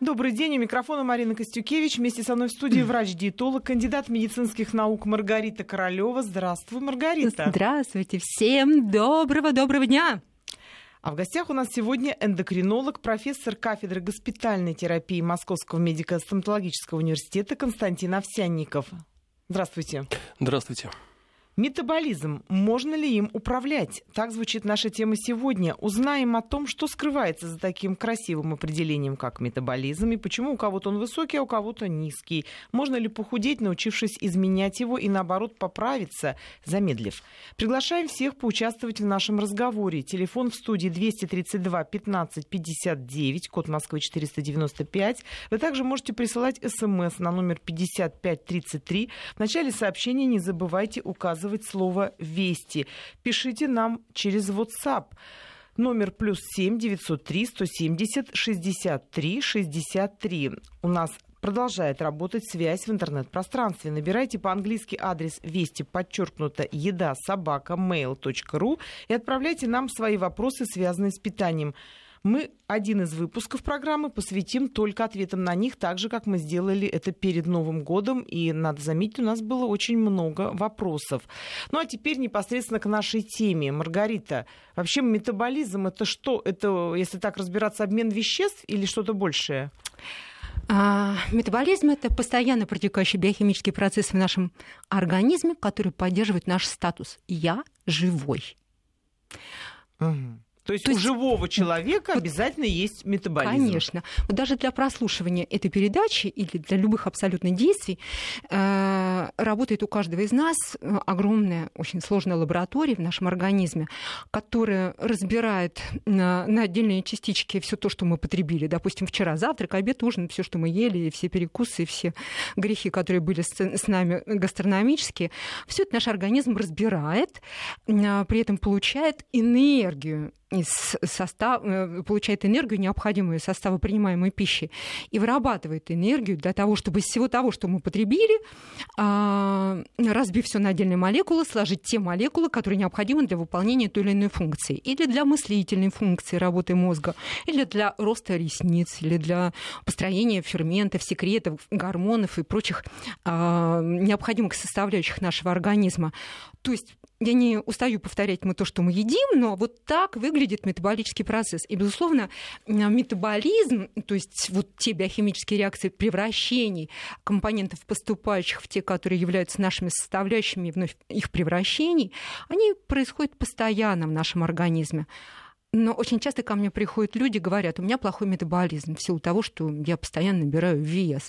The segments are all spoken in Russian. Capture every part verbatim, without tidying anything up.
Добрый день, у микрофона Марина Костюкевич. Вместе со мной в студии врач-диетолог, кандидат медицинских наук Маргарита Королева. Здравствуй, Маргарита. Здравствуйте, всем доброго-доброго дня. А в гостях у нас сегодня эндокринолог, профессор кафедры госпитальной терапии Московского медико-стоматологического университета Константин Овсянников. Здравствуйте. Здравствуйте. Метаболизм. Можно ли им управлять? Так звучит наша тема сегодня. Узнаем о том, что скрывается за таким красивым определением, как метаболизм, и почему у кого-то он высокий, а у кого-то низкий. Можно ли похудеть, научившись изменять его, и наоборот поправиться, замедлив? Приглашаем всех поучаствовать в нашем разговоре. Телефон в студии двести тридцать два пятнадцать пятьдесят девять, код Москвы четыреста девяносто пять. Вы также можете присылать смс на номер пятьдесят пять тридцать три. В начале сообщения не забывайте указывать слово «Вести». Пишите нам через WhatsApp. Номер плюс семь девятьсот три сто семьдесят шестьдесят три шестьдесят три. У нас продолжает работать связь в интернет-пространстве. Набирайте по-английски адрес вести, подчеркнуто, еда, собака, mail точка ру и отправляйте нам свои вопросы, связанные с питанием. Мы один из выпусков программы посвятим только ответам на них, так же, как мы сделали это перед Новым годом. И, надо заметить, у нас было очень много вопросов. Ну, а теперь непосредственно к нашей теме. Маргарита, вообще метаболизм — это что? Это, если так разбираться, обмен веществ или что-то большее? А, метаболизм — это постоянно протекающий биохимический процесс в нашем организме, который поддерживает наш статус «я живой». Угу. То есть, То есть у живого человека вот, обязательно есть метаболизм. Конечно. Вот даже для прослушивания этой передачи или для любых абсолютно действий э, работает у каждого из нас огромная, очень сложная лаборатория в нашем организме, которая разбирает на, на отдельные частички все то, что мы потребили. Допустим, вчера завтрак, обед, ужин, все, что мы ели, все перекусы, все грехи, которые были с, с нами гастрономические. Все это наш организм разбирает, э, при этом получает энергию из состава, получает энергию, необходимую из состава принимаемой пищи, и вырабатывает энергию для того, чтобы из всего того, что мы потребили, разбив все на отдельные молекулы, сложить те молекулы, которые необходимы для выполнения той или иной функции. Или для мыслительной функции работы мозга, или для роста ресниц, или для построения ферментов, секретов, гормонов и прочих необходимых составляющих нашего организма. То есть я не устаю повторять мы то, что мы едим, но вот так выглядит метаболический процесс. И, безусловно, метаболизм, то есть вот те биохимические реакции превращений компонентов, поступающих в те, которые являются нашими составляющими, вновь их превращений, они происходят постоянно в нашем организме. Но очень часто ко мне приходят люди, говорят, у меня плохой метаболизм в силу того, что я постоянно набираю вес.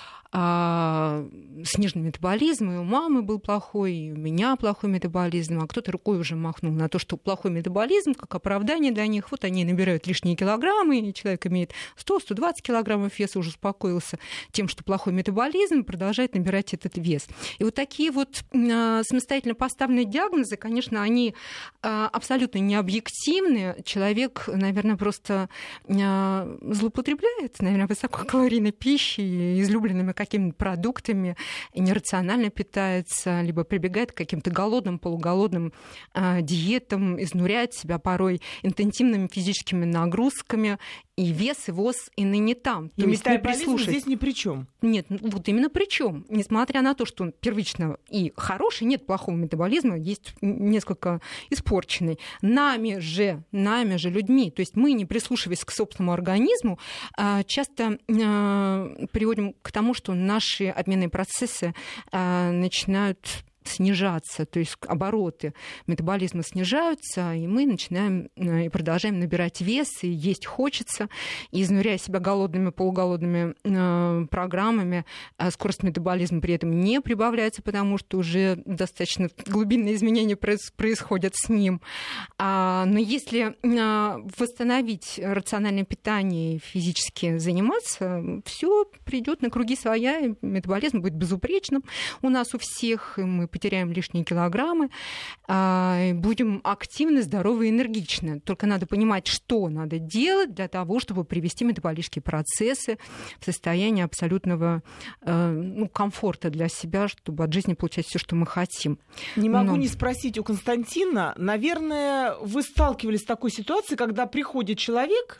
А сниженный метаболизм, и у мамы был плохой, и у меня плохой метаболизм, а кто-то рукой уже махнул на то, что плохой метаболизм, как оправдание для них. Вот они набирают лишние килограммы, и человек имеет сто - сто двадцать килограммов веса, уже успокоился тем, что плохой метаболизм, продолжает набирать этот вес. И вот такие вот самостоятельно поставленные диагнозы, конечно, они абсолютно необъективны. Человек, наверное, просто злоупотребляет, наверное, высококалорийной пищей, излюбленными какими-то продуктами, нерационально питается, либо прибегает к каким-то голодным, полуголодным э, диетам, изнуряет себя порой интенсивными физическими нагрузками, и вес, и ВОЗ, и ныне там. И метаболизм здесь ни при чем. Нет, вот именно при чем. Несмотря на то, что он первично и хороший, нет плохого метаболизма, есть несколько испорченный. Нами же, нами же людьми, то есть мы, не прислушиваясь к собственному организму, часто приводим к тому, что наши обменные процессы начинают снижаться, то есть обороты метаболизма снижаются, и мы начинаем и продолжаем набирать вес, и есть хочется, и изнуряя себя голодными, полуголодными э, программами, а скорость метаболизма при этом не прибавляется, потому что уже достаточно глубинные изменения происходят с ним. А, но если э, восстановить рациональное питание и физически заниматься, все придет на круги своя, и метаболизм будет безупречным у нас у всех, и мы потеряем лишние килограммы, будем активны, здоровы и энергичны. Только надо понимать, что надо делать для того, чтобы привести метаболические процессы в состояние абсолютного ну, комфорта для себя, чтобы от жизни получать все, что мы хотим. Не могу Но... не спросить у Константина. Наверное, вы сталкивались с такой ситуацией, когда приходит человек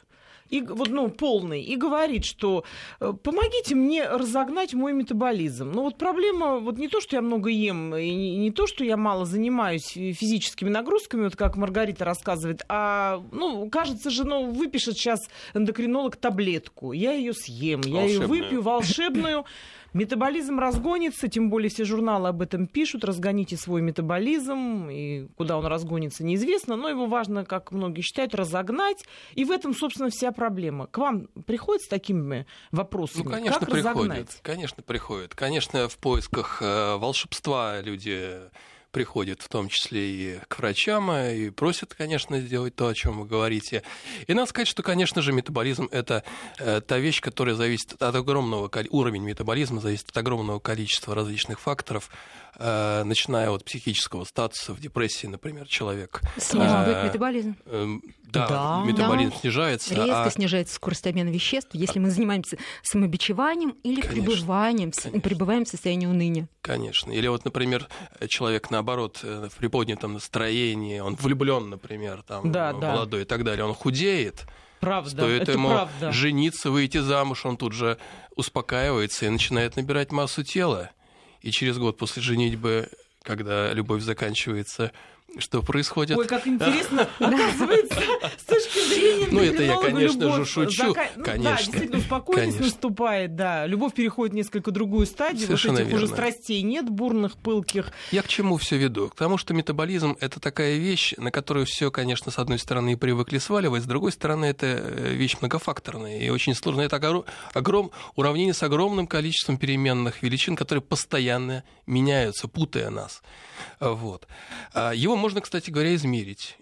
и, вот, ну, полный, и говорит, что помогите мне разогнать мой метаболизм. Но вот проблема вот не то, что я много ем, и не, не то, что я мало занимаюсь физическими нагрузками, вот как Маргарита рассказывает, а, ну, кажется же, ну, выпишет сейчас эндокринолог таблетку, я ее съем, я ее выпью, волшебную, метаболизм разгонится, тем более все журналы об этом пишут, разгоните свой метаболизм, и куда он разгонится, неизвестно, но его важно, как многие считают, разогнать, и в этом, собственно, вся проблема. К вам приходят с такими вопросами? Ну, конечно, как приходят, разогнать? Конечно, приходят. Конечно, в поисках э, волшебства люди приходят в том числе и к врачам, и просят, конечно, сделать то, о чем вы говорите. И надо сказать, что, конечно же, метаболизм – это э, та вещь, которая зависит от огромного, уровень метаболизма зависит от огромного количества различных факторов, э, начиная от психического статуса, в депрессии, например, человек. Снижает э, метаболизм. Э, да, да, метаболизм да. снижается. Резко а... снижается скорость обмена веществ, если мы занимаемся самобичеванием или Конечно, пребыванием, конечно. пребываем в состоянии уныния. Конечно. Или вот, например, человек, наоборот, в приподнятом настроении, он влюблен, например, там, да, молодой да. и так далее, он худеет. Правда, Стоит это ему правда. жениться, выйти замуж, он тут же успокаивается и начинает набирать массу тела. И через год после женитьбы, когда любовь заканчивается, что происходит? Ой, как интересно. Оказывается, с точки зрения Ну, это я, эндокринолога, конечно же, любовь шучу. зака- ну, Конечно. Да, действительно, успокоенность Конечно. наступает, да. Любовь переходит в несколько другую стадию. Совершенно Вот этих верно. уже страстей нет, бурных, пылких. Я к чему все веду? К тому, что метаболизм – это такая вещь, на которую все, конечно, с одной стороны и привыкли сваливать, с другой стороны, это вещь многофакторная и очень сложная. Это огром, огром, уравнение с огромным количеством переменных величин, которые постоянно меняются, путая нас. Вот. Его можно, кстати говоря, измерить.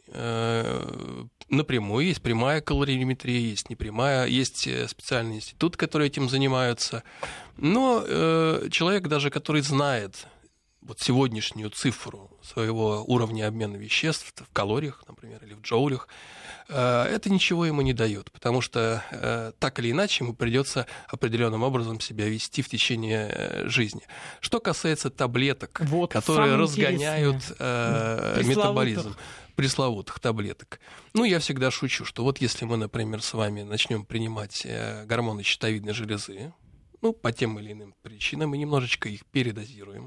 Напрямую есть прямая калориметрия, есть непрямая, есть специальные институты, которые этим занимаются. Но человек, даже который знает вот сегодняшнюю цифру своего уровня обмена веществ в калориях, например, или в джоулях, это ничего ему не дает, потому что так или иначе ему придется определенным образом себя вести в течение жизни. Что касается таблеток, вот, которые разгоняют э, метаболизм, пресловутых таблеток. Ну, я всегда шучу, что вот если мы, например, с вами начнем принимать гормоны щитовидной железы, ну, по тем или иным причинам, мы немножечко их передозируем.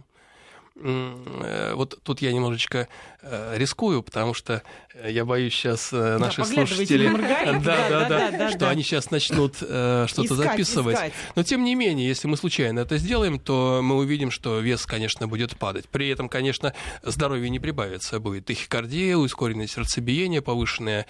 Вот тут я немножечко рискую, потому что я боюсь сейчас да, наши слушатели, да, да, да, да, да, что да. они сейчас начнут что-то искать, записывать. Искать. Но тем не менее, если мы случайно это сделаем, то мы увидим, что вес, конечно, будет падать. При этом, конечно, здоровье не прибавится. Будет тахикардия, ускоренное сердцебиение, повышенное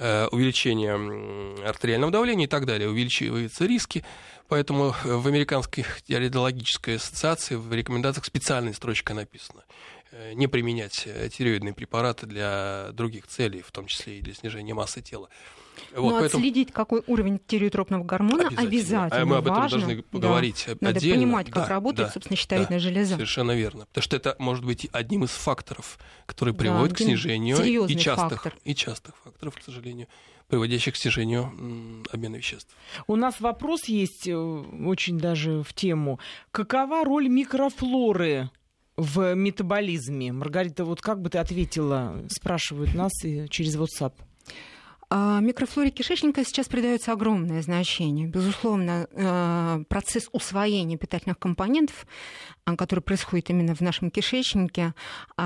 увеличение артериального давления и так далее. Увеличиваются риски. Поэтому в Американской диалитологической ассоциации в рекомендациях специальная строчка написана. Не применять тиреоидные препараты для других целей, в том числе и для снижения массы тела. Вот, Но поэтому... отследить, какой уровень тиреотропного гормона, обязательно. обязательно а мы об этом важно. должны поговорить да. отдельно. Надо понимать, как да, работает, да, собственно, щитовидная да, железа. Совершенно верно. Потому что это может быть одним из факторов, которые приводят да, к снижению и частых, и частых факторов, к сожалению, приводящих к снижению обмена веществ. У нас вопрос есть очень даже в тему. Какова роль микрофлоры в метаболизме? Маргарита, вот как бы ты ответила, спрашивают нас и через WhatsApp. Микрофлоре кишечника сейчас придается огромное значение. Безусловно, процесс усвоения питательных компонентов, который происходит именно в нашем кишечнике,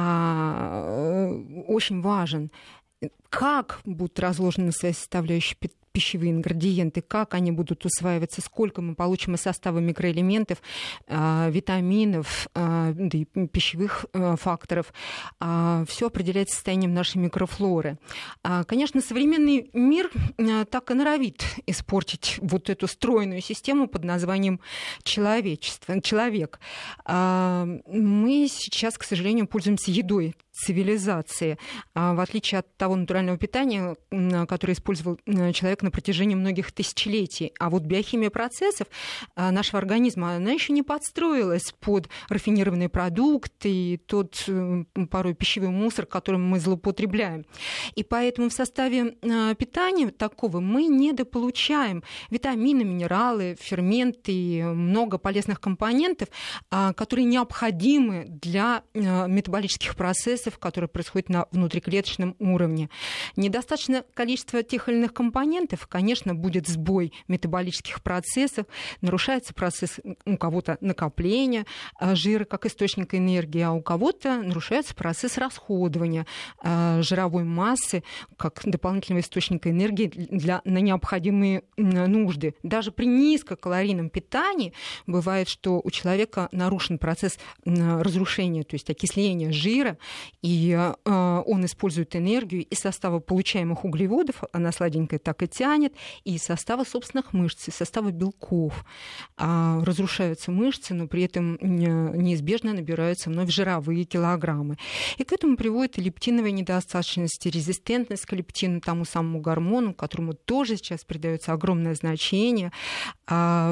очень важен. Как будут разложены свои составляющие пищевые ингредиенты, как они будут усваиваться, сколько мы получим из состава микроэлементов, витаминов, да и пищевых факторов. Все определяется состоянием нашей микрофлоры. Конечно, современный мир так и норовит испортить вот эту стройную систему под названием человечество, человек. Мы сейчас, к сожалению, пользуемся едой цивилизации, в отличие от того натурального питания, которое использовал человек на протяжении многих тысячелетий. А вот биохимия процессов нашего организма, она еще не подстроилась под рафинированные продукты и тот порой пищевой мусор, которым мы злоупотребляем. И поэтому в составе питания такого мы недополучаем витамины, минералы, ферменты и много полезных компонентов, которые необходимы для метаболических процессов процессов, которые происходят на внутриклеточном уровне. Недостаточное количество тех или иных компонентов, конечно, будет сбой метаболических процессов, нарушается процесс у кого-то накопления жира как источника энергии, а у кого-то нарушается процесс расходования жировой массы как дополнительного источника энергии для, на необходимые нужды. Даже при низкокалорийном питании бывает, что у человека нарушен процесс разрушения, то есть окисления жира, и он использует энергию из состава получаемых углеводов, она сладенькая так и тянет, и из состава собственных мышц, из состава белков. Разрушаются мышцы, но при этом неизбежно набираются вновь жировые килограммы. И к этому приводит и лептиновая недостаточность, и резистентность к лептину, тому самому гормону, которому тоже сейчас придается огромное значение в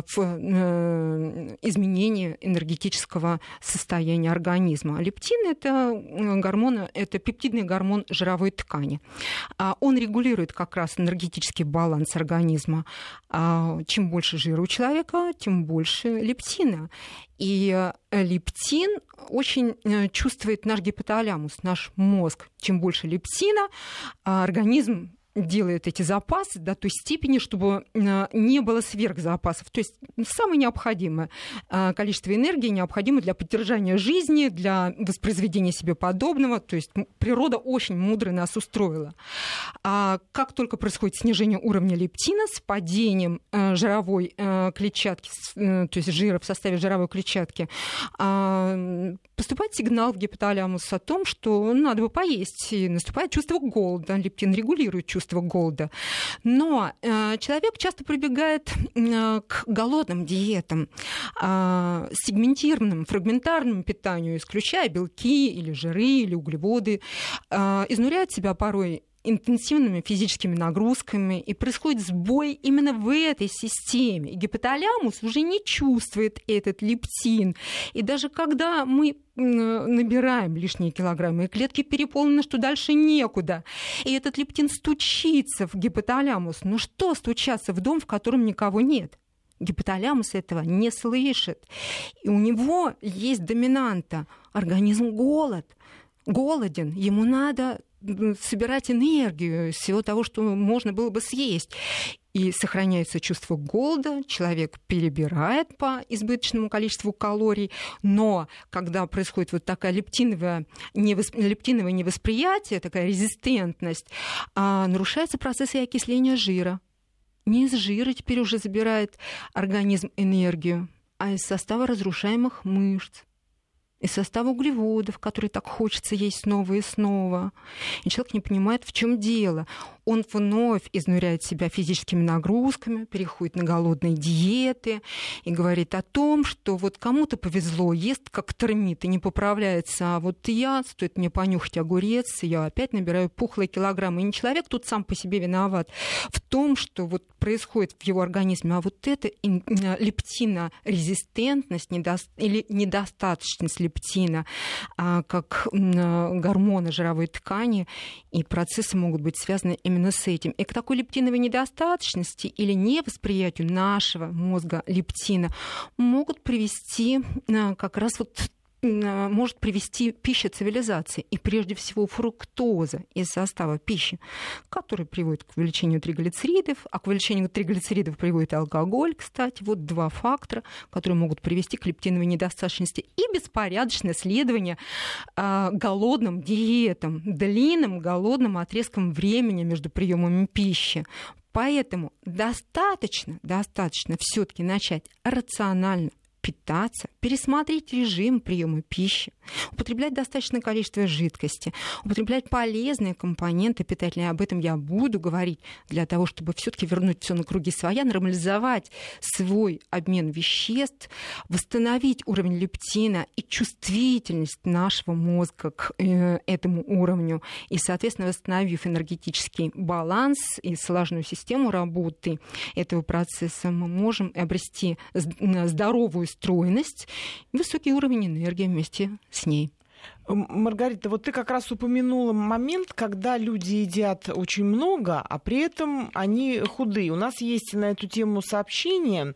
изменении энергетического состояния организма. Лептин — это гормон, это пептидный гормон жировой ткани. Он регулирует как раз энергетический баланс организма. Чем больше жира у человека, тем больше лептина. И лептин очень чувствует наш гипоталамус, наш мозг. Чем больше лептина, организм делает эти запасы до той степени, чтобы не было сверхзапасов. То есть самое необходимое количество энергии необходимо для поддержания жизни, для воспроизведения себе подобного. То есть природа очень мудро нас устроила. А как только происходит снижение уровня лептина с падением жировой клетчатки, то есть жира в составе жировой клетчатки, поступает сигнал в гипоталамус о том, что надо бы поесть. И наступает чувство голода. Лептин регулирует чувство голода. Но э, человек часто прибегает э, к голодным диетам, э, сегментированным, фрагментарному питанию, исключая белки или жиры или углеводы, э, изнуряет себя порой интенсивными физическими нагрузками, и происходит сбой именно в этой системе. И гипоталамус уже не чувствует этот лептин. И даже когда мы набираем лишние килограммы, и клетки переполнены, что дальше некуда, и этот лептин стучится в гипоталамус. Ну что стучаться в дом, в котором никого нет? Гипоталамус этого не слышит. И у него есть доминанта. Организм голод. голоден. Ему надо собирать энергию из всего того, что можно было бы съесть. И сохраняется чувство голода, человек перебирает по избыточному количеству калорий, но когда происходит вот такая лептиновая, невосп... лептиновое невосприятие, такая резистентность, нарушается процесс и окисления жира. Не из жира теперь уже забирает организм энергию, а из состава разрушаемых мышц, из состава углеводов, которые так хочется есть снова и снова. И человек не понимает, в чем дело. Он вновь изнуряет себя физическими нагрузками, переходит на голодные диеты и говорит о том, что вот кому-то повезло, ест как термит и не поправляется, а вот я, стоит мне понюхать огурец, я опять набираю пухлые килограммы. И не человек тут сам по себе виноват в том, что вот происходит в его организме, а вот эта лептинорезистентность или недостаточность лептина как гормона жировой ткани, и процессы могут быть связаны именно Именно с этим. И к такой лептиновой недостаточности или невосприятию нашего мозга лептина могут привести как раз вот может привести пища цивилизации, и прежде всего фруктоза из состава пищи, который приводит к увеличению триглицеридов, а к увеличению триглицеридов приводит алкоголь, кстати. Вот два фактора, которые могут привести к лептиновой недостаточности. И беспорядочное следование э, голодным диетам, длинным голодным отрезком времени между приемами пищи. Поэтому достаточно, достаточно все-таки начать рационально питаться, пересмотреть режим приема пищи, употреблять достаточное количество жидкости, употреблять полезные компоненты питательные. Об этом я буду говорить для того, чтобы все-таки вернуть все на круги своя, нормализовать свой обмен веществ, восстановить уровень лептина и чувствительность нашего мозга к э, этому уровню. И, соответственно, восстановив энергетический баланс и слаженную систему работы этого процесса, мы можем обрести здоровую стройность, высокий уровень энергии вместе с ней. Маргарита, вот ты как раз упомянула момент, когда люди едят очень много, а при этом они худые. У нас есть на эту тему сообщение.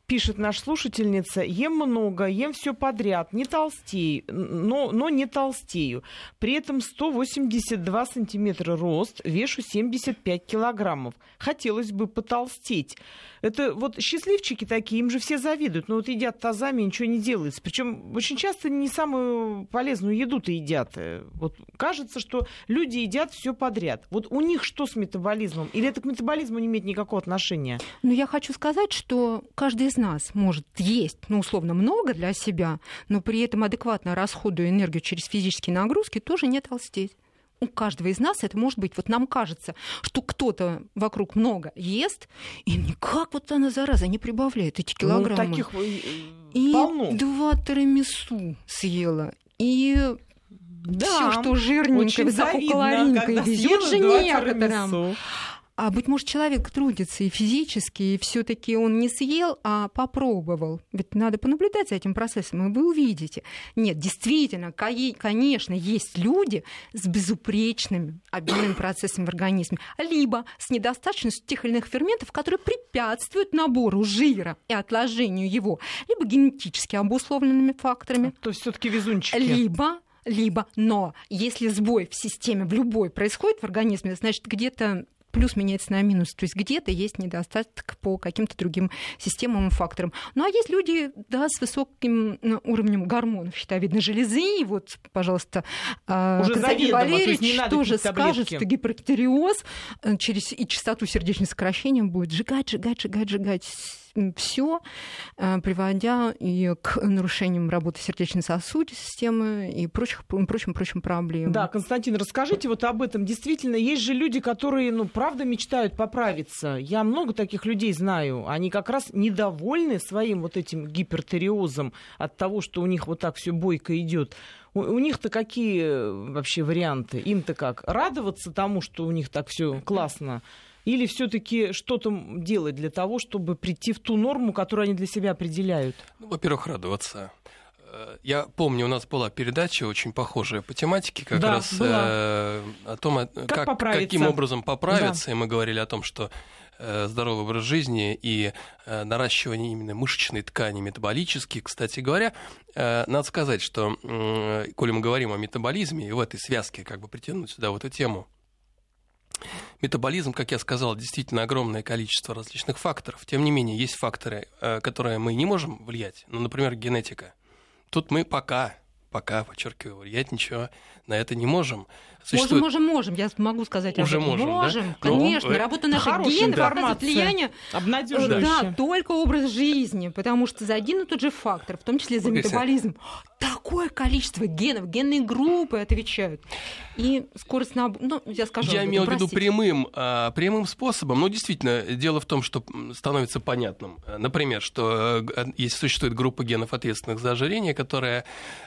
Пишет наша слушательница: ем много, ем все подряд, не толстею, но, но не толстею. При этом сто восемьдесят два сантиметра рост, вешу семьдесят пять килограммов. Хотелось бы потолстеть. Это вот счастливчики такие, им же все завидуют. Но вот едят тазами, ничего не делается. Причем очень часто не самую полезную еду-то едят. Вот кажется, что люди едят все подряд. Вот у них что с метаболизмом? Или это к метаболизму не имеет никакого отношения? Ну, я хочу сказать, что каждый из нас может есть, ну, условно, много для себя, но при этом адекватно расходуя энергию через физические нагрузки, тоже не толстеть. У каждого из нас это может быть. Вот нам кажется, что кто-то вокруг много ест, и никак вот она, зараза, не прибавляет эти килограммы. Ну, таких и полно. два тирамису съела, и да, все, что жирненькое, высококалорийное, везет же некоторым. А, быть может, человек трудится и физически, и все-таки он не съел, а попробовал. Ведь надо понаблюдать за этим процессом, и вы увидите. Нет, действительно, конечно, есть люди с безупречными обменными процессами в организме, либо с недостаточностью тех или иных ферментов, которые препятствуют набору жира и отложению его, либо генетически обусловленными факторами. То есть все-таки везунчики. Либо Либо, но если сбой в системе, в любой происходит в организме, значит, где-то плюс меняется на минус, то есть где-то есть недостаток по каким-то другим системам и факторам. Ну а есть люди, да, с высоким уровнем гормонов щитовидной железы, и вот, пожалуйста, уже Константин Валерьевич тоже скажет, что гипертериоз через и частоту сердечных сокращений будет сжигать, сжигать, сжигать, сжигать все, приводя и к нарушениям работы сердечно-сосудистой системы и прочих, прочим, прочим проблемам. Да, Константин, расскажите вот об этом. Действительно, есть же люди, которые, ну, правда мечтают поправиться. Я много таких людей знаю. Они как раз недовольны своим вот этим гипертериозом от того, что у них вот так все бойко идет. У, у них-то какие вообще варианты? Им-то как? Радоваться тому, что у них так все классно? Или все-таки что-то делать для того, чтобы прийти в ту норму, которую они для себя определяют? Ну, во-первых, радоваться. Я помню, у нас была передача очень похожая по тематике, как да, раз э, о том, как как, каким образом поправиться. Да. И мы говорили о том, что э, здоровый образ жизни и э, наращивание именно мышечной ткани метаболически. Кстати говоря, э, надо сказать, что, э, коли мы говорим о метаболизме, и в этой связке как бы притянуть сюда вот эту тему, метаболизм, как я сказал, действительно огромное количество различных факторов. Тем не менее, есть факторы, которые мы не можем влиять. Ну, например, генетика. Тут мы пока, пока, подчеркиваю, влиять ничего на это не можем. Существует... Можем, можем, можем, я могу сказать. Уже можем, можем, да? конечно. Ну, работа наших генов оказывает влияние. Да, только образ жизни, потому что за один и тот же фактор, в том числе за метаболизм, такое количество генов, генные группы отвечают. И скорость на... Ну, я скажу. Я об этом, имел в виду простите. прямым, а, прямым способом. Ну, действительно, дело в том, что становится понятным. Например, что если существует группа генов, ответственных за ожирение, которая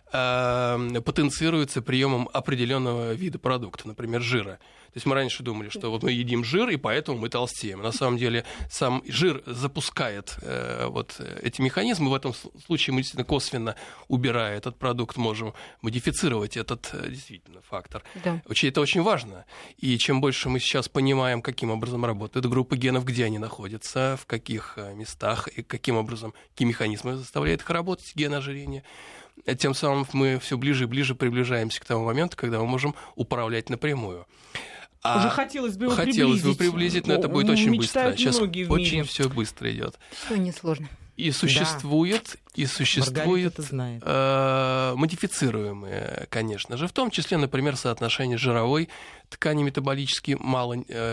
а, потенцируется приемом определенного вида продукта, например, жира. То есть мы раньше думали, что вот мы едим жир, и поэтому мы толстеем. На самом деле сам жир запускает э, вот эти механизмы. В этом случае мы действительно косвенно, убирая этот продукт, можем модифицировать этот действительно фактор. Да. Это очень важно. И чем больше мы сейчас понимаем, каким образом работает группа генов, где они находятся, в каких местах, и каким образом, какие механизмы заставляют их работать, ген ожирения, тем самым мы все ближе и ближе приближаемся к тому моменту, когда мы можем управлять напрямую. А Уже хотелось бы его хотелось приблизить. бы приблизить, но это будет очень быстро. Сейчас очень мире. все быстро идет. Все несложно. И существует, да. и существует э, модифицируемые, конечно же, в том числе, например, соотношение жировой ткани метаболически мало,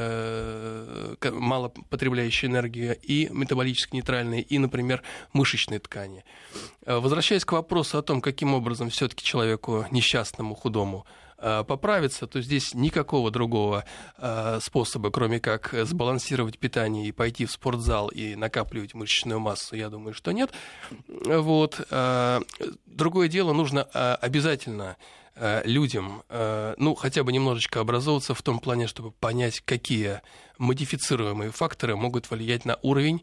э, мало потребляющей энергии и метаболически нейтральные, и, например, мышечные ткани. Возвращаясь к вопросу о том, каким образом все-таки человеку несчастному, худому поправиться, то здесь никакого другого э, способа, кроме как сбалансировать питание и пойти в спортзал и накапливать мышечную массу, я думаю, что нет. Вот. Э, другое дело, нужно э, обязательно э, людям, э, ну, хотя бы немножечко образовываться в том плане, чтобы понять, какие модифицируемые факторы могут влиять на уровень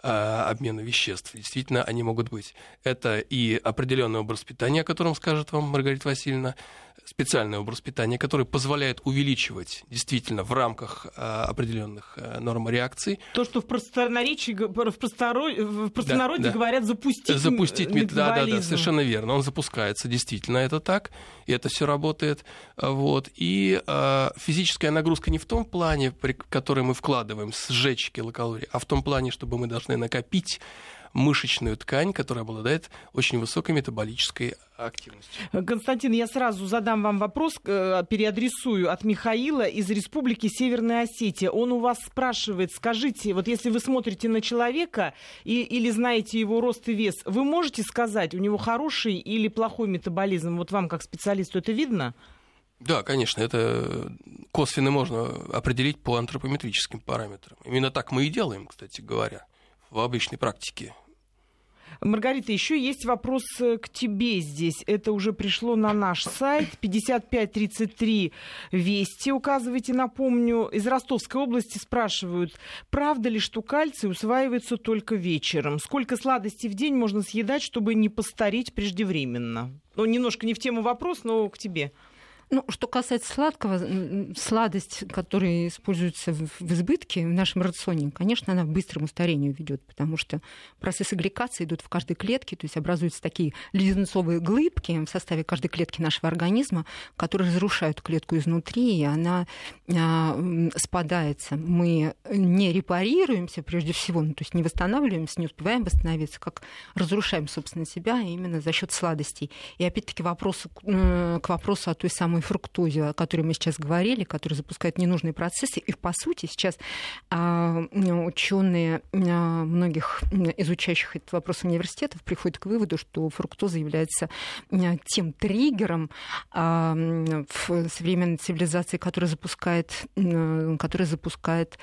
обмена веществ. Действительно, они могут быть. Это и определенный образ питания, о котором скажет вам Маргарита Васильевна, специальный образ питания, который позволяет увеличивать действительно в рамках определенных норм реакций. То, что в простонародье, в простонародье, в простонародье да, да. говорят запустить, запустить метаболизм. Да, да, да, совершенно верно. Он запускается, действительно, это так, и это все работает. Вот. И э, физическая нагрузка не в том плане, при которой мы вкладываем сжечь килокалорий, а в том плане, чтобы мы должны накопить мышечную ткань, которая обладает очень высокой метаболической активностью. Константин, я сразу задам вам вопрос, переадресую от Михаила из Республики Северная Осетия. Он у вас спрашивает, скажите, вот если вы смотрите на человека и, или знаете его рост и вес, вы можете сказать, у него хороший или плохой метаболизм? Вот вам, как специалисту, это видно? Да, конечно, это косвенно можно определить по антропометрическим параметрам. Именно так мы и делаем, кстати говоря, в обычной практике. Маргарита, еще есть вопрос к тебе здесь. Это уже пришло на наш сайт. пятьдесят пять тридцать три Вести, указывайте, напомню. Из Ростовской области спрашивают, правда ли, что кальций усваивается только вечером? Сколько сладостей в день можно съедать, чтобы не постареть преждевременно? Ну, немножко не в тему вопрос, но к тебе. Ну, что касается сладкого, сладость, которая используется в, в избытке в нашем рационе, конечно, она к быстрому старению ведет, потому что процессы гликации идут в каждой клетке, то есть образуются такие леденцовые глыбки в составе каждой клетки нашего организма, которые разрушают клетку изнутри, и она а, спадается. Мы не репарируемся прежде всего, ну, то есть не восстанавливаемся, не успеваем восстановиться, как разрушаем, собственно, себя именно за счет сладостей. И опять-таки вопрос, к вопросу о той самой фруктозе, о которой мы сейчас говорили, которая запускает ненужные процессы. И, по сути, сейчас ученые многих изучающих этот вопрос университетов приходят к выводу, что фруктоза является тем триггером в современной цивилизации, которая запускает, которая запускает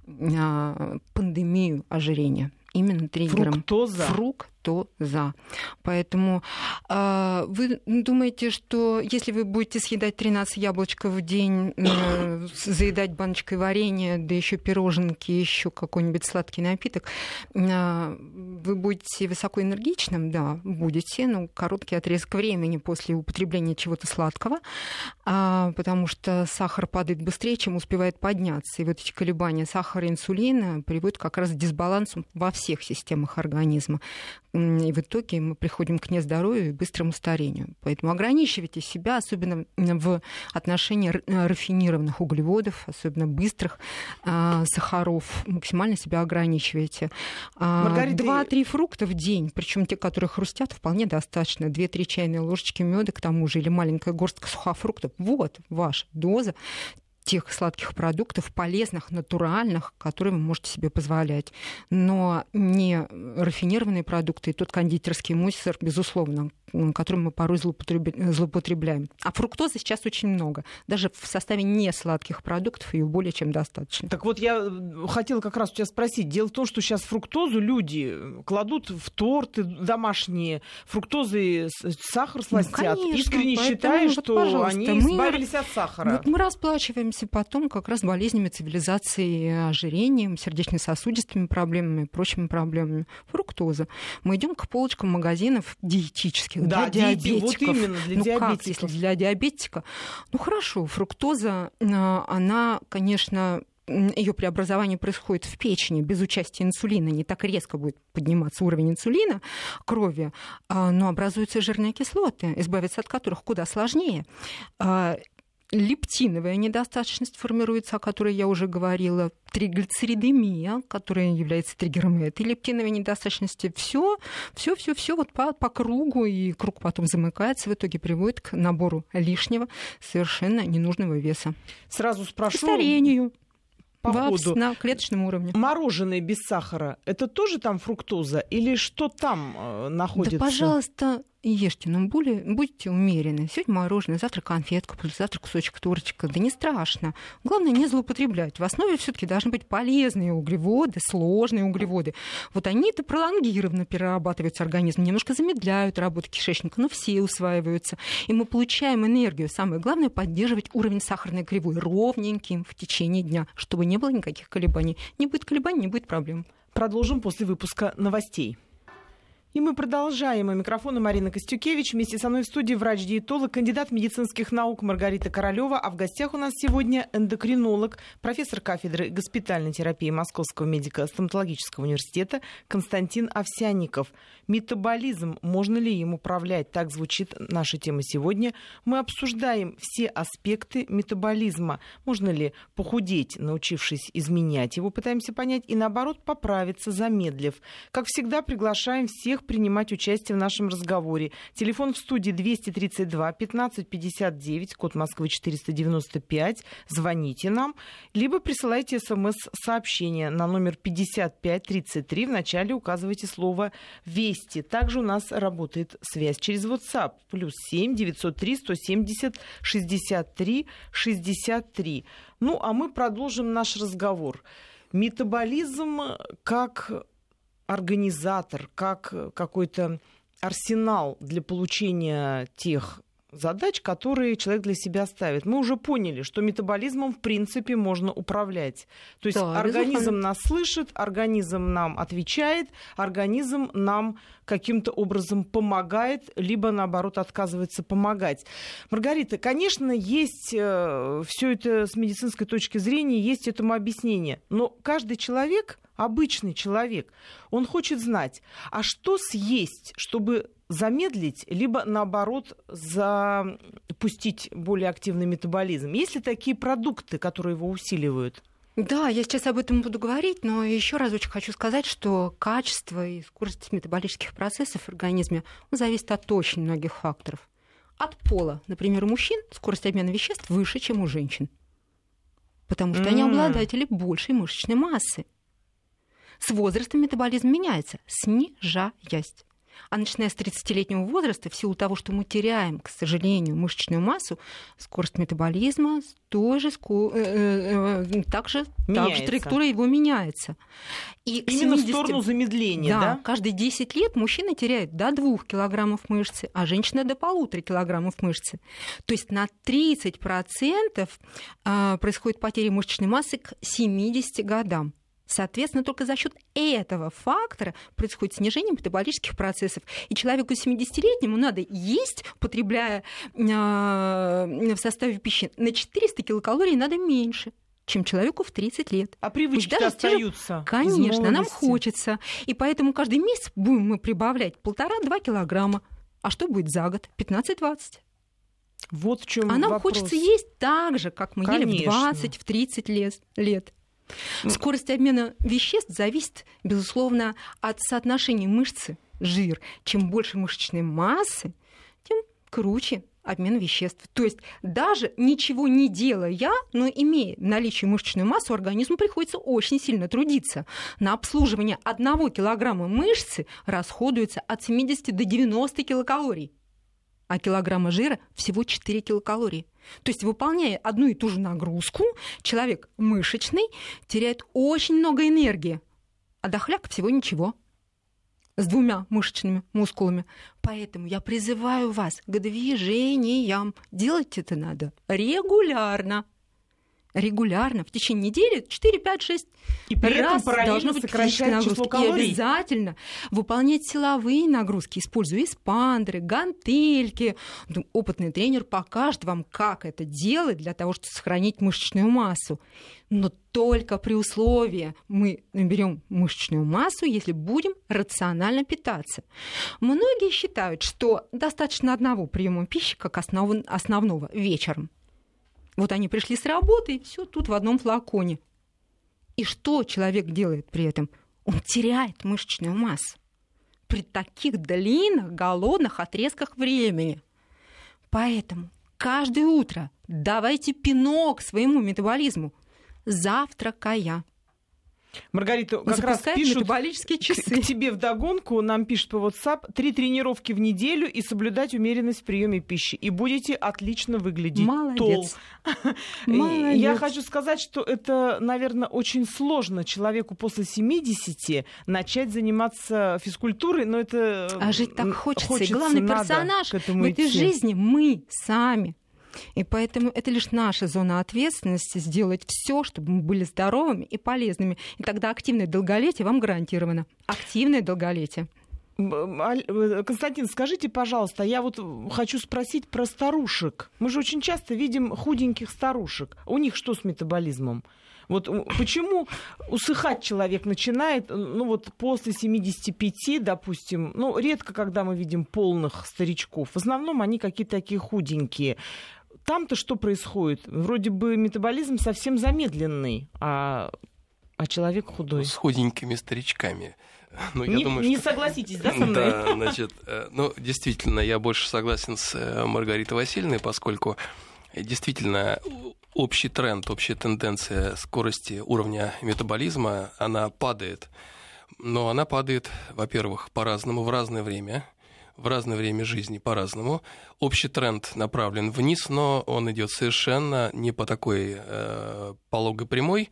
пандемию ожирения. Именно триггером. Фруктоза? Фруктоза. Поэтому э, вы думаете, что если вы будете съедать тринадцать яблочков в день, э, заедать баночкой варенья, да еще пироженки, еще какой-нибудь сладкий напиток, э, вы будете высокоэнергичным? Да, будете, но короткий отрезок времени после употребления чего-то сладкого, э, потому что сахар падает быстрее, чем успевает подняться. И вот эти колебания сахара и инсулина приводят как раз к дисбалансу во всех всех системах организма. И в итоге мы приходим к нездоровью и быстрому старению. Поэтому ограничивайте себя, особенно в отношении рафинированных углеводов, особенно быстрых э, сахаров. Максимально себя ограничивайте. Маргарита... Два-три фрукта в день, причем те, которые хрустят, вполне достаточно. Две-три чайные ложечки меда, к тому же, или маленькая горстка сухофруктов. Вот ваша доза тех сладких продуктов, полезных, натуральных, которые вы можете себе позволять. Но не рафинированные продукты и тот кондитерский мусор, безусловно, которым мы порой злоупотребляем. А фруктозы сейчас очень много. Даже в составе несладких продуктов ее более чем достаточно. Так вот, я хотела как раз у тебя спросить. Дело в том, что сейчас фруктозу люди кладут в торты домашние, фруктозы сахар сластят. Ну, искренне считая, вот, что они избавились от сахара. Вот мы расплачиваемся потом как раз болезнями цивилизации, ожирением, сердечно-сосудистыми проблемами, прочими проблемами. Фруктоза. Мы идем к полочкам магазинов диетических. Да, для диабетиков. Вот именно, для ну диабетиков. Как, если для диабетика? Ну хорошо, фруктоза, она, конечно, ее преобразование происходит в печени без участия инсулина. Не так резко будет подниматься уровень инсулина крови, но образуются жирные кислоты, избавиться от которых куда сложнее. Лептиновая недостаточность формируется, о которой я уже говорила, триглицеридемия, которая является триггером этой лептиновой недостаточности. Все, все, все, все вот по, по кругу, и круг потом замыкается, в итоге приводит к набору лишнего, совершенно ненужного веса. Сразу спрошу. К старению. По ходу. На клеточном уровне. Мороженое без сахара, это тоже там фруктоза? Или что там э, находится? Да, пожалуйста, ешьте, но более, будьте умеренны. Сегодня мороженое, завтра конфетка, послезавтра кусочек торчика. Да не страшно. Главное, не злоупотреблять. В основе все-таки должны быть полезные углеводы, сложные углеводы. Вот они-то пролонгированно перерабатываются организмом, немножко замедляют работу кишечника, но все усваиваются. И мы получаем энергию. Самое главное — поддерживать уровень сахарной кривой ровненьким в течение дня, чтобы не было никаких колебаний. Не будет колебаний, не будет проблем. Продолжим после выпуска новостей. И мы продолжаем. У микрофона Марина Костюкевич. Вместе со мной в студии врач-диетолог, кандидат медицинских наук Маргарита Королева. А в гостях у нас сегодня эндокринолог, профессор кафедры госпитальной терапии Московского медико-стоматологического университета Константин Овсянников. Метаболизм. Можно ли им управлять? Так звучит наша тема сегодня. Мы обсуждаем все аспекты метаболизма. Можно ли похудеть, научившись изменять его, пытаемся понять, и наоборот поправиться, замедлив. Как всегда, приглашаем всех принимать участие в нашем разговоре. Телефон в студии двести тридцать два пятнадцать пятьдесят девять, код Москвы четыреста девяносто пять. Звоните нам, либо присылайте смс-сообщение на номер пятьдесят пять тридцать три. Вначале указывайте слово «Вести». Также у нас работает связь через WhatsApp. Плюс семь девятьсот три сто семьдесят шестьдесят три шестьдесят три. Ну, а мы продолжим наш разговор. Метаболизм как организатор, как какой-то арсенал для получения тех задач, которые человек для себя ставит. Мы уже поняли, что метаболизмом в принципе можно управлять. То есть да, организм безусловно. Нас слышит, организм нам отвечает, организм нам каким-то образом помогает, либо наоборот отказывается помогать. Маргарита, конечно, есть э, все это с медицинской точки зрения, есть этому объяснение, но каждый человек, обычный человек, он хочет знать, а что съесть, чтобы замедлить, либо, наоборот, запустить более активный метаболизм? Есть ли такие продукты, которые его усиливают? Да, я сейчас об этом буду говорить, но еще разочек хочу сказать, что качество и скорость метаболических процессов в организме зависит от очень многих факторов. От пола. Например, у мужчин скорость обмена веществ выше, чем у женщин, потому что mm. они обладатели большей мышечной массы. С возрастом метаболизм меняется, снижаясь. А начиная с тридцатилетнего возраста, в силу того, что мы теряем, к сожалению, мышечную массу, скорость метаболизма тоже, э, э, также, также траектория его меняется. И именно семидесяти... в сторону замедления, да? Да, каждые десять лет мужчина теряет до двух килограммов мышцы, а женщина до полутора килограммов мышцы. То есть на тридцать процентов э, происходит потеря мышечной массы к семидесяти годам. Соответственно, только за счет этого фактора происходит снижение метаболических процессов. И человеку семидесятилетнему надо есть, потребляя э, в составе пищи, на четыреста килокалорий надо меньше, чем человеку в тридцать лет. А привычки остаются? Же, конечно, нам хочется. И поэтому каждый месяц будем мы прибавлять полтора-два килограмма. А что будет за год? пятнадцать-двадцать. Вот в чем а нам вопрос. Хочется есть так же, как мы конечно. Ели в двадцать, в тридцать лет. Скорость обмена веществ зависит, безусловно, от соотношения мышцы, жир. Чем больше мышечной массы, тем круче обмен веществ. То есть даже ничего не делая, но имея наличие мышечной массы, организму приходится очень сильно трудиться. На обслуживание одного килограмма мышцы расходуется от семидесяти до девяноста килокалорий. А килограмма жира всего четыре килокалории. То есть, выполняя одну и ту же нагрузку, человек мышечный теряет очень много энергии, а дохляк всего ничего. С двумя мышечными мускулами. Поэтому я призываю вас к движениям. Делать это надо регулярно. Регулярно, в течение недели четыре, пять, шесть и при раз этом параллельно должно быть сокращать число калорий. И обязательно выполнять силовые нагрузки, используя эспандеры, гантельки. Опытный тренер покажет вам, как это делать для того, чтобы сохранить мышечную массу. Но только при условии мы наберем мышечную массу, если будем рационально питаться. Многие считают, что достаточно одного приема пищи как основ... основного вечером. Вот они пришли с работы, и все тут в одном флаконе. И что человек делает при этом? Он теряет мышечную массу при таких длинных, голодных отрезках времени. Поэтому каждое утро давайте пинок своему метаболизму, завтракая. Маргарита, как раз пишут метаболические часы. К, к тебе вдогонку, нам пишут по WhatsApp, три тренировки в неделю и соблюдать умеренность в приеме пищи. И будете отлично выглядеть. Молодец. Молодец. Я хочу сказать, что это, наверное, очень сложно человеку после семидесяти начать заниматься физкультурой, но это А жить так хочется. хочется И главный персонаж в этой идти. жизни мы сами. И поэтому это лишь наша зона ответственности сделать все, чтобы мы были здоровыми и полезными. И тогда активное долголетие вам гарантировано. Активное долголетие. Константин, скажите, пожалуйста, я вот хочу спросить про старушек. Мы же очень часто видим худеньких старушек. У них что с метаболизмом? Вот почему усыхать человек начинает, ну вот после семидесяти пяти, допустим, ну редко, когда мы видим полных старичков. В основном они какие-то такие худенькие. Там-то что происходит? Вроде бы метаболизм совсем замедленный, а, а человек худой. С худенькими старичками. Ну, я не, думаю, не что... согласитесь, да, со мной? Да, значит, ну, действительно, я больше согласен с Маргаритой Васильевной, поскольку действительно общий тренд, общая тенденция скорости уровня метаболизма, она падает. Но она падает, во-первых, по-разному, в разное время, в разное время жизни по-разному. Общий тренд направлен вниз, но он идет совершенно не по такой э, пологой прямой,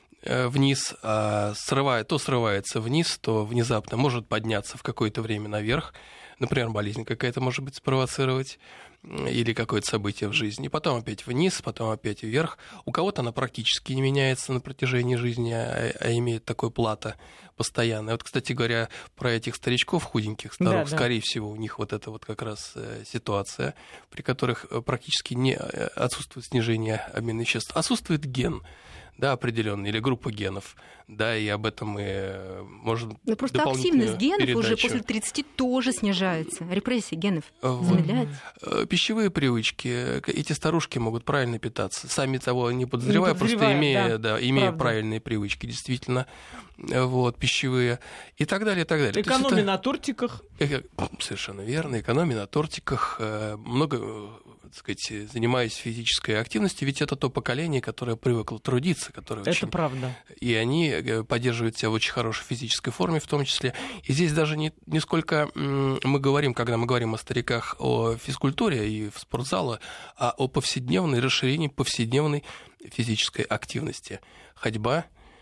вниз, а срывает, то срывается вниз, то внезапно может подняться в какое-то время наверх. Например, болезнь какая-то может быть спровоцировать или какое-то событие в жизни. Потом опять вниз, потом опять вверх. У кого-то она практически не меняется на протяжении жизни, а, а имеет такое плато постоянное. Вот, кстати говоря, про этих старичков худеньких, старых, да, скорее да. всего, у них вот эта вот как раз ситуация, при которых практически не отсутствует снижение обмена веществ. Отсутствует ген. Да, определенная, или группа генов. Да, и об этом мы можем Но просто активность генов передачу. Уже после тридцати тоже снижается. Репрессия генов вот. замедляется. Пищевые привычки. Эти старушки могут правильно питаться. Сами того не подозревая, не просто имея, да, да, имея правильные привычки, действительно, вот, пищевые. И так далее, и так далее. Экономия это... на тортиках. Совершенно верно. Экономия на тортиках. Много... так сказать, занимаясь физической активностью, ведь это то поколение, которое привыкло трудиться, которое это очень... правда. И они поддерживают себя в очень хорошей физической форме в том числе. И здесь даже не, не сколько мы говорим, когда мы говорим о стариках, о физкультуре и в спортзале, а о повседневной, расширении повседневной физической активности. Ходьба,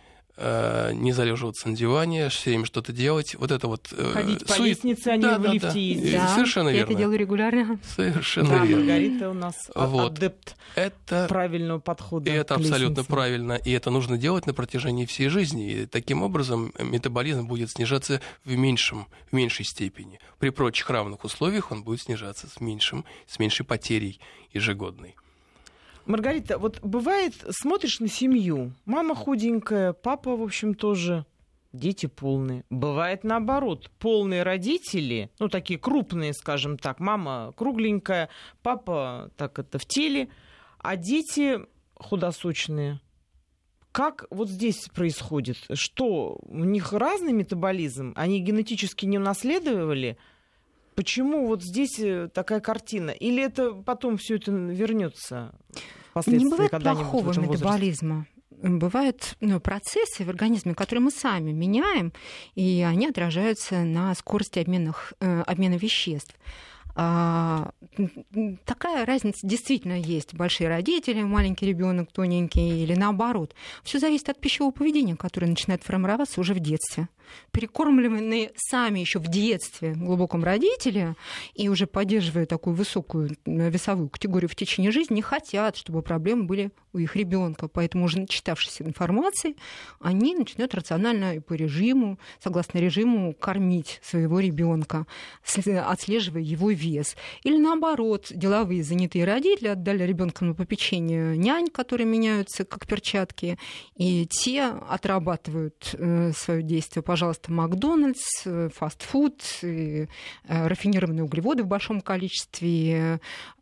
не залеживаться на диване, все время что-то делать. Вот это вот... Ходить по сует... лестнице, а не да, в да, лифте да. ездить. Да, совершенно я верно. это делаю регулярно. Совершенно да, верно. Маргарита у нас вот. адепт это... правильного подхода. И это к абсолютно лестнице. правильно. И это нужно делать на протяжении всей жизни. И таким образом метаболизм будет снижаться в, меньшем, в меньшей степени. При прочих равных условиях он будет снижаться с, меньшим, с меньшей потерей ежегодной. Маргарита, вот бывает, смотришь на семью, мама худенькая, папа, в общем, тоже, дети полные. Бывает наоборот, полные родители, ну, такие крупные, скажем так, мама кругленькая, папа так это в теле, а дети худосочные. Как вот здесь происходит? Что, у них разный метаболизм? Они генетически не унаследовали? Почему вот здесь такая картина? Или это потом все это вернется впоследствии? Не бывает когда-нибудь плохого метаболизма. Бывают ну, процессы в организме, которые мы сами меняем, и они отражаются на скорости обменных, э, обмена веществ. А, такая разница действительно есть. Большие родители, маленький ребенок тоненький или наоборот. Все зависит от пищевого поведения, которое начинает формироваться уже в детстве. Перекормленные сами еще в детстве глубоком родители и уже поддерживая такую высокую весовую категорию в течение жизни, не хотят, чтобы проблемы были у их ребенка. Поэтому уже начитавшись информацией, они начинают рационально и по режиму, согласно режиму, кормить своего ребенка, отслеживая его вес. Или наоборот, деловые занятые родители отдали ребенка на попечение нянь, которые меняются как перчатки, и те отрабатывают свое действие. Пожалуйста, Макдональдс, фастфуд, рафинированные углеводы в большом количестве,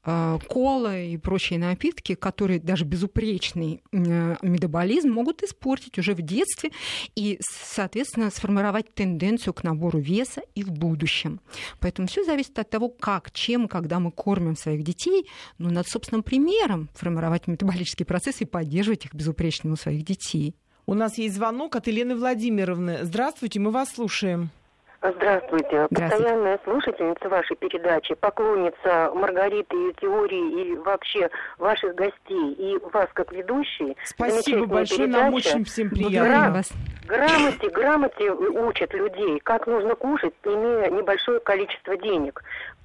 кола и прочие напитки, которые даже безупречный метаболизм могут испортить уже в детстве и, соответственно, сформировать тенденцию к набору веса и в будущем. Поэтому все зависит от того, как, чем, когда мы кормим своих детей, но над собственным примером формировать метаболические процессы и поддерживать их безупречными у своих детей. У нас есть звонок от Елены Владимировны. Здравствуйте, мы вас слушаем. Здравствуйте. Постоянная слушательница вашей передачи, поклонница Маргариты, ее теории и вообще ваших гостей, и вас как ведущей. Спасибо большое, передача. Нам очень всем приятно. Гра- грамоте, грамоте учат людей, как нужно кушать, имея небольшое количество денег.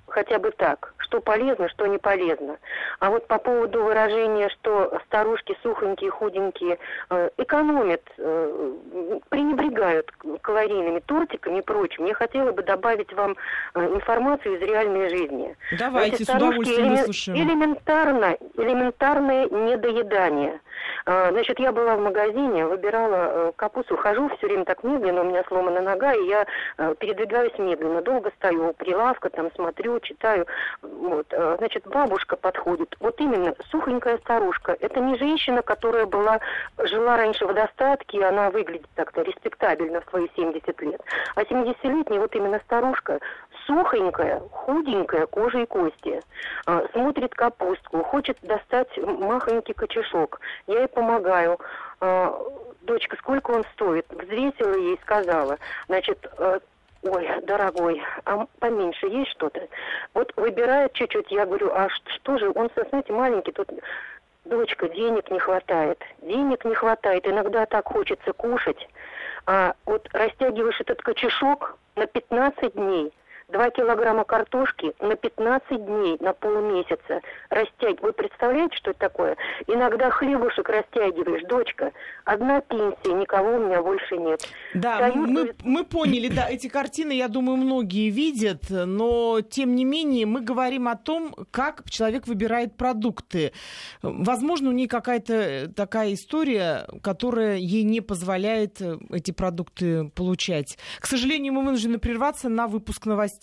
хотя бы так, что полезно, что не полезно. А вот по поводу выражения, что старушки сухонькие, худенькие, э, экономят, э, пренебрегают калорийными тортиками и прочим, я хотела бы добавить вам э, информацию из реальной жизни. Давайте, Значит, с удовольствием элемен... выслушаем. Элементарно, элементарное недоедание. Э, значит, я была в магазине, выбирала э, капусту, хожу все время так медленно, у меня сломана нога, и я э, передвигаюсь медленно, долго стою у прилавка, там смотрю, читаю. Вот. Значит, бабушка подходит. Вот именно сухонькая старушка. Это не женщина, которая была, жила раньше в достатке, и она выглядит так-то респектабельно в свои семьдесят лет. А семидесятилетняя вот именно старушка, сухонькая, худенькая, кожа и кости. Смотрит капустку, хочет достать махонький кочешок. Я ей помогаю. Дочка, сколько он стоит? Взвесила ей и сказала. Значит, ой, дорогой, а поменьше есть что-то? Вот выбирает чуть-чуть, я говорю, а что же, он, знаете, маленький, тут, дочка, денег не хватает, денег не хватает, иногда так хочется кушать, а вот растягиваешь этот кочешок на пятнадцать дней, два килограмма картошки на пятнадцать дней, на полмесяца растягиваешь. Вы представляете, что это такое? Иногда хлебушек растягиваешь. Дочка, одна пенсия, никого у меня больше нет. Да, Дают... мы, мы поняли, да, эти картины, я думаю, многие видят, но, тем не менее, мы говорим о том, как человек выбирает продукты. Возможно, у нее какая-то такая история, которая ей не позволяет эти продукты получать. К сожалению, мы вынуждены прерваться на выпуск новостей.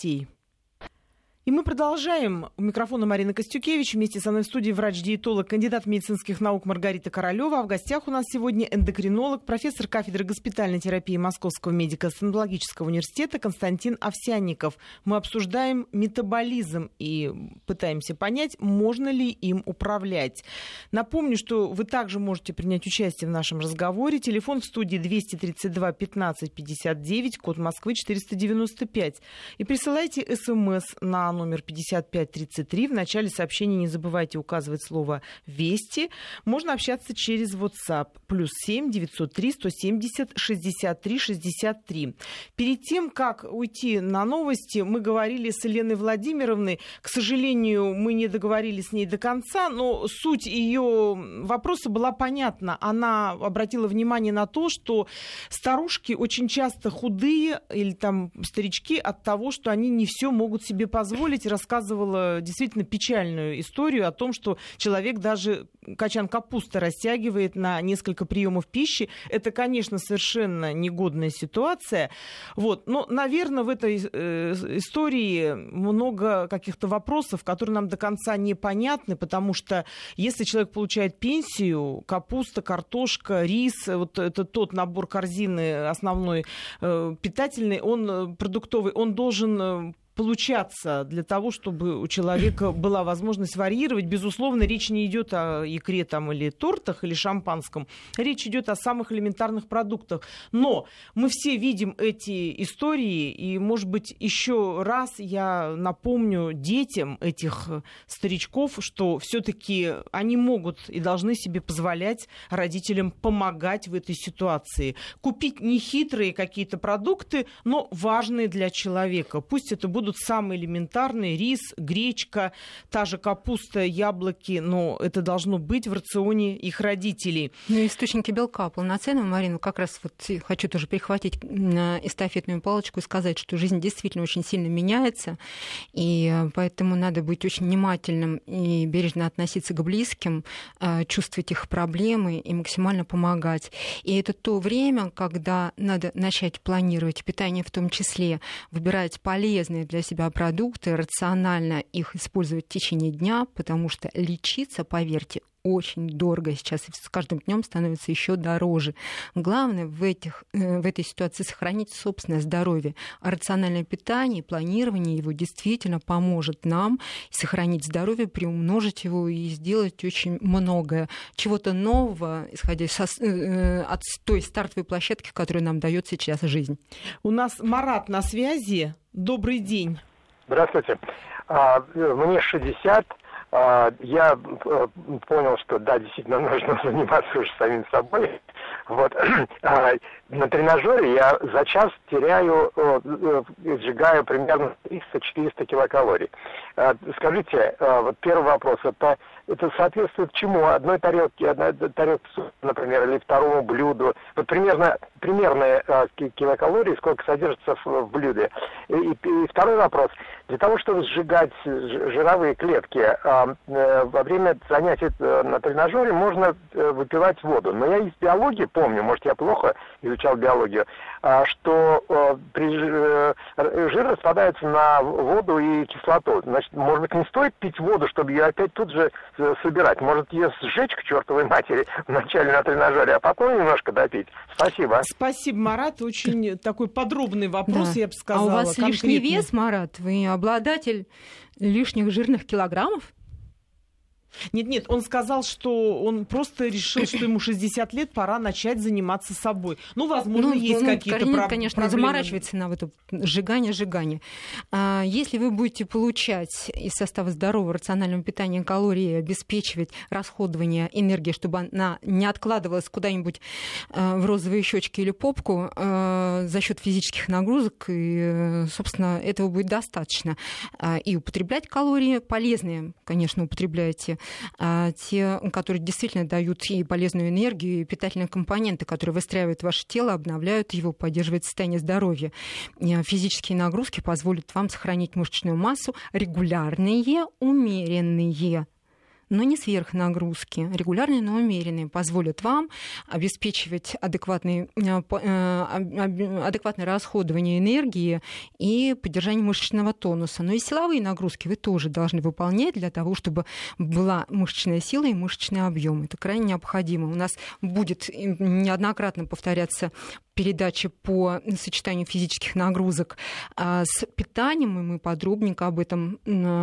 И мы продолжаем. У микрофона Марина Костюкевич. Вместе со мной в студии врач-диетолог, кандидат медицинских наук Маргарита Королева. А в гостях у нас сегодня эндокринолог, профессор кафедры госпитальной терапии Московского медико-стоматологического университета Константин Овсянников. Мы обсуждаем метаболизм и пытаемся понять, можно ли им управлять. Напомню, что вы также можете принять участие в нашем разговоре. Телефон в студии двести тридцать два пятнадцать пятьдесят девять, код Москвы четыреста девяносто пять. И присылайте смс на номер пятьдесят пять тридцать три. В начале сообщения не забывайте указывать слово «Вести». Можно общаться через WhatsApp. Плюс семь девятьсот три сто семьдесят шестьдесят три шестьдесят три. Перед тем, как уйти на новости, мы говорили с Еленой Владимировной. К сожалению, мы не договорились с ней до конца, но суть ее вопроса была понятна. Она обратила внимание на то, что старушки очень часто худые или там старички от того, что они не все могут себе позволить. Рассказывала действительно печальную историю о том, что человек даже качан капусты растягивает на несколько приемов пищи. Это, конечно, совершенно негодная ситуация. Вот. Но, наверное, в этой э, истории много каких-то вопросов, которые нам до конца непонятны, потому что если человек получает пенсию, капуста, картошка, рис, вот это тот набор корзины основной э, питательный, он продуктовый, он должен получаться для того, чтобы у человека была возможность варьировать. Безусловно, речь не идет о икре там, или тортах, или шампанском. Речь идет о самых элементарных продуктах. Но мы все видим эти истории, и, может быть, еще раз я напомню детям этих старичков, что все-таки они могут и должны себе позволять родителям помогать в этой ситуации. Купить нехитрые какие-то продукты, но важные для человека. Пусть это будут будут самые элементарные: рис, гречка, та же капуста, яблоки, но это должно быть в рационе их родителей. Ну, источники белка полноценного, Марина, как раз вот хочу тоже перехватить эстафетную палочку и сказать, что жизнь действительно очень сильно меняется, и поэтому надо быть очень внимательным и бережно относиться к близким, чувствовать их проблемы и максимально помогать. И это то время, когда надо начать планировать питание, в том числе выбирать полезные для себя продукты, рационально их использовать в течение дня, потому что лечиться, поверьте, очень дорого сейчас, и с каждым днем становится еще дороже. Главное в, этих, в этой ситуации сохранить собственное здоровье. А рациональное питание, планирование его действительно поможет нам сохранить здоровье, приумножить его и сделать очень многое. Чего-то нового, исходя со, э, от той стартовой площадки, которую нам дает сейчас жизнь. У нас Марат на связи. Добрый день. Здравствуйте. Мне шестьдесят. Я понял, что да, действительно нужно заниматься уже самим собой. Вот. На тренажере я за час теряю, сжигаю примерно триста-четыреста килокалорий. Скажите, вот первый вопрос, это, это соответствует чему? Одной тарелке, одной тарелке супа, например, или второму блюду? Вот примерно, примерные килокалории, сколько содержится в, в блюде. И, и второй вопрос. Для того, чтобы сжигать жировые клетки, во время занятий на тренажере можно выпивать воду. Но я из биологии помню, может, я плохо изучал биологию, что жир распадается на воду и кислоту. Значит, может быть, не стоит пить воду, чтобы ее опять тут же собирать. Может, ее сжечь к чертовой матери вначале на тренажере, а потом немножко допить. Спасибо. Спасибо, Марат. Очень такой подробный вопрос, да. я бы сказала. А у вас конкретный. Лишний вес, Марат? Вы обладатель лишних жирных килограммов? Нет-нет, он сказал, что он просто решил, что ему шестьдесят лет, пора начать заниматься собой. Ну, возможно, ну, есть ну, какие-то Каролина, про- конечно, проблемы. заморачивается на это сжигание-сжигание. А если вы будете получать из состава здорового рационального питания калории, обеспечивать расходование энергии, чтобы она не откладывалась куда-нибудь в розовые щечки или попку за счет физических нагрузок, и, собственно, этого будет достаточно. И употреблять калории полезные, конечно, употребляйте, те, которые действительно дают и полезную энергию, и питательные компоненты, которые выстраивают ваше тело, обновляют его, поддерживают состояние здоровья. Физические нагрузки позволят вам сохранить мышечную массу, регулярные, умеренные, но не сверхнагрузки, регулярные, но умеренные, позволят вам обеспечивать адекватное, адекватное расходование энергии и поддержание мышечного тонуса. Но и силовые нагрузки вы тоже должны выполнять для того, чтобы была мышечная сила и мышечный объем. Это крайне необходимо. У нас будет неоднократно повторяться передачи по сочетанию физических нагрузок с питанием, и мы подробненько об этом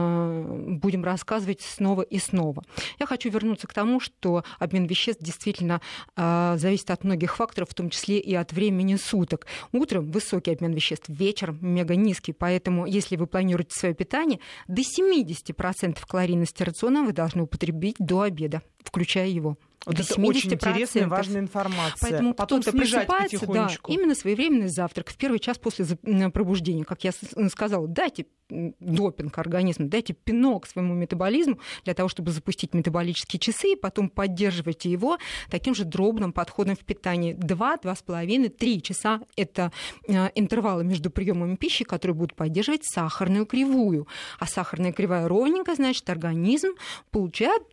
будем рассказывать снова и снова. Я хочу вернуться к тому, что обмен веществ действительно зависит от многих факторов, в том числе и от времени суток. Утром высокий обмен веществ, вечером мега низкий, поэтому если вы планируете свое питание, до семьдесят процентов калорийности рациона вы должны употребить до обеда, включая его. Вот это очень интересная, важная информация. Поэтому потом кто-то просыпается, да, именно своевременный завтрак в первый час после пробуждения. Как я сказала, дайте допинг организму, дайте пинок своему метаболизму для того, чтобы запустить метаболические часы, и потом поддерживайте его таким же дробным подходом в питании. два-два с половиной три часа – это интервалы между приемами пищи, которые будут поддерживать сахарную кривую. А сахарная кривая ровненькая, значит, организм получает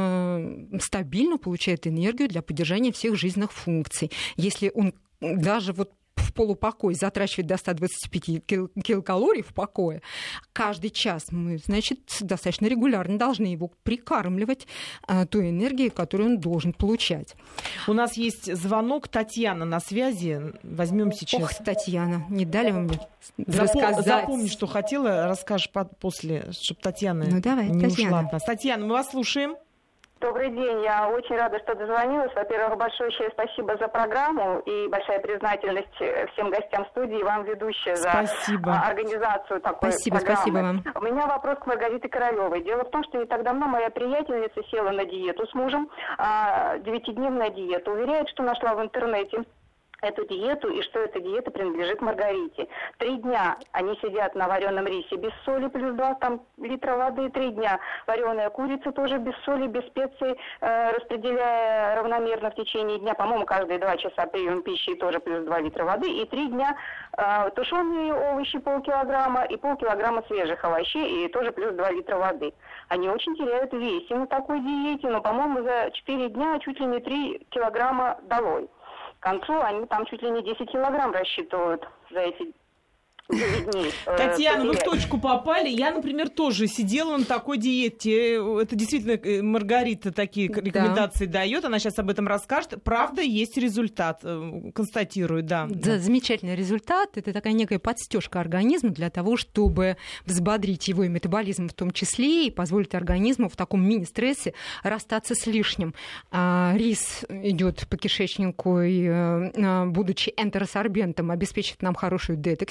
э, стабильно получает получает энергию для поддержания всех жизненных функций. Если он даже вот в полупокой затрачивает до ста двадцати пяти килокалорий в покое, каждый час мы, значит, достаточно регулярно должны его прикармливать а, той энергией, которую он должен получать. У нас есть звонок. Татьяна на связи. Возьмем сейчас. Ох, Татьяна, не дали вы мне Запом... рассказать? Запомни, что хотела, расскажешь после, чтобы Татьяна ну, давай, не Татьяна. ушла от нас. Татьяна, мы вас слушаем. Добрый день, я очень рада, что дозвонилась. Во-первых, большое спасибо за программу и большая признательность всем гостям студии, вам, ведущая, за спасибо. организацию такой спасибо, программы. Спасибо вам. У меня вопрос к Маргарите Королевой. Дело в том, что не так давно моя приятельница села на диету с мужем, девятидневная диета. Уверяет, что нашла в интернете эту диету, и что эта диета принадлежит Маргарите. Три дня они сидят на вареном рисе без соли, плюс два там, литра воды. Три дня вареная курица тоже без соли, без специй, э, распределяя равномерно в течение дня. По-моему, каждые два часа прием пищи тоже плюс два литра воды. И три дня э, тушеные овощи полкилограмма и полкилограмма свежих овощей, и тоже плюс два литра воды. Они очень теряют в весе на такой диете, но, по-моему, за четыре дня чуть ли не три килограмма долой. К концу они там чуть ли не десять килограмм рассчитывают за эти девять дней. Татьяна, вы в точку попали. Я, например, тоже сидела на такой диете. Это действительно Маргарита такие рекомендации да. дает. Она сейчас об этом расскажет. Правда, есть результат. Констатирует, да. Да, замечательный результат. Это такая некая подстежка организма для того, чтобы взбодрить его и метаболизм в том числе, и позволить организму в таком мини-стрессе расстаться с лишним. А, рис идет по кишечнику и, будучи энтеросорбентом, обеспечит нам хорошую детоксикацию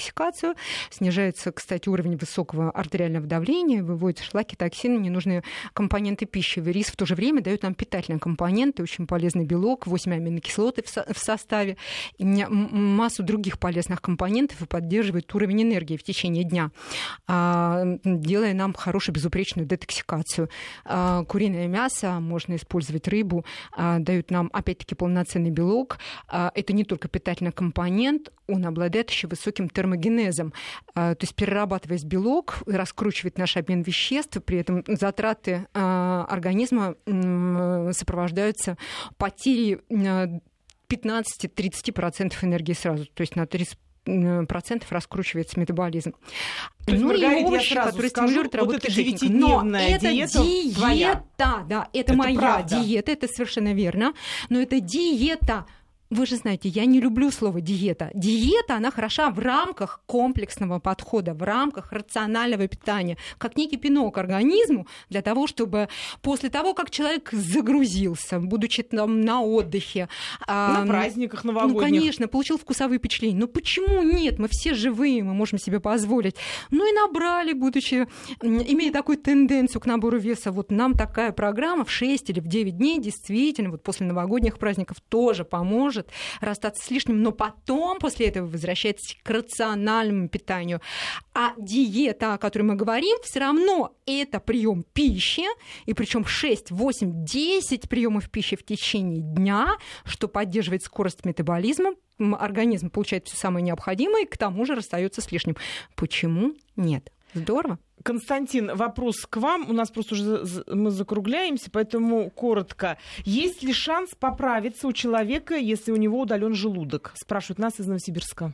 снижается. Снижается, кстати, уровень высокого артериального давления, выводят шлаки, токсины, ненужные компоненты пищи. Рис в то же время дает нам питательные компоненты, очень полезный белок, восемь аминокислот в составе, и массу других полезных компонентов и поддерживает уровень энергии в течение дня, делая нам хорошую безупречную детоксикацию. Куриное мясо, можно использовать рыбу, дают нам, опять-таки, полноценный белок. Это не только питательный компонент, он обладает еще высоким термогенезом. То есть, перерабатываясь белок, раскручивает наш обмен веществ, при этом затраты организма сопровождаются потерей пятнадцать-тридцать процентов энергии сразу, то есть на тридцать процентов раскручивается метаболизм. То есть, ну Маргарита, и овощи, я которые скажу, стимулируют работу вот это кишечника. девятидневная Но это диета, диета, твоя. да, это, это моя правда. диета, это совершенно верно, но это диета. Вы же знаете, я не люблю слово диета. Диета, она хороша в рамках комплексного подхода, в рамках рационального питания, как некий пинок организму для того, чтобы после того, как человек загрузился, будучи там на отдыхе, на праздниках новогодних, ну, конечно, получил вкусовые впечатления. Но почему нет? Мы все живые, мы можем себе позволить. Ну и набрали, будучи, имея такую тенденцию к набору веса, вот нам такая программа в шесть или в девять дней действительно вот после новогодних праздников тоже поможет расстаться с лишним, но потом после этого возвращается к рациональному питанию. А диета, о которой мы говорим, все равно это прием пищи, и причем шесть, восемь, десять приемов пищи в течение дня, что поддерживает скорость метаболизма, организм получает все самое необходимое и к тому же расстается с лишним. Почему нет? Здорово. Константин, вопрос к вам. У нас просто уже мы закругляемся, поэтому коротко. Есть ли шанс поправиться у человека, если у него удален желудок? Спрашивают нас из Новосибирска.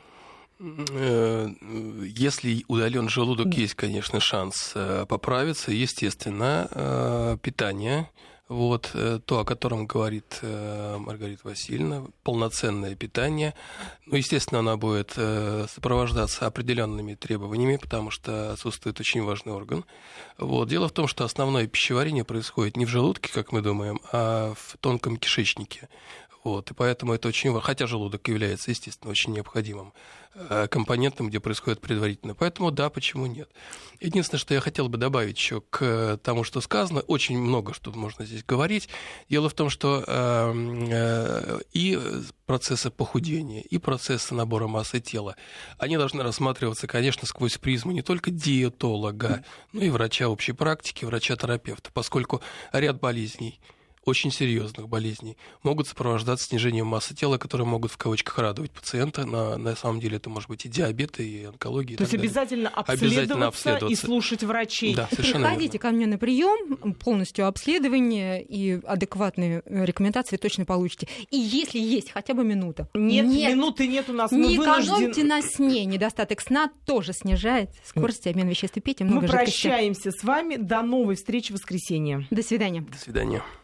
Если удален желудок, есть, конечно, шанс поправиться. Естественно, питание. Вот то, о котором говорит Маргарита Васильевна, полноценное питание. Ну, естественно, оно будет сопровождаться определенными требованиями, потому что отсутствует очень важный орган. Вот. Дело в том, что основное пищеварение происходит не в желудке, как мы думаем, а в тонком кишечнике. Вот, и поэтому это очень важно, хотя желудок является, естественно, очень необходимым компонентом, где происходит предварительно. Поэтому да, почему нет. Единственное, что я хотел бы добавить еще к тому, что сказано, очень много что можно здесь говорить. Дело в том, что и процессы похудения, и процессы набора массы тела, они должны рассматриваться, конечно, сквозь призму не только диетолога, но и врача общей практики, врача-терапевта, поскольку ряд болезней, очень серьезных болезней, могут сопровождаться снижением массы тела, которые могут в кавычках радовать пациента. На, на самом деле это может быть и диабет, и онкология. То есть обязательно обследоваться, обязательно обследоваться и слушать врачей. Да, приходите ко мне на прием, полностью обследование и адекватные рекомендации точно получите. И если есть хотя бы минута. Нет, нет минуты нет у нас. Не экономьте на сне. Недостаток сна тоже снижает скорость обмена веществ. Пейте много Мы жидкости. Прощаемся с вами. До новой встречи в воскресенье. До свидания. До свидания.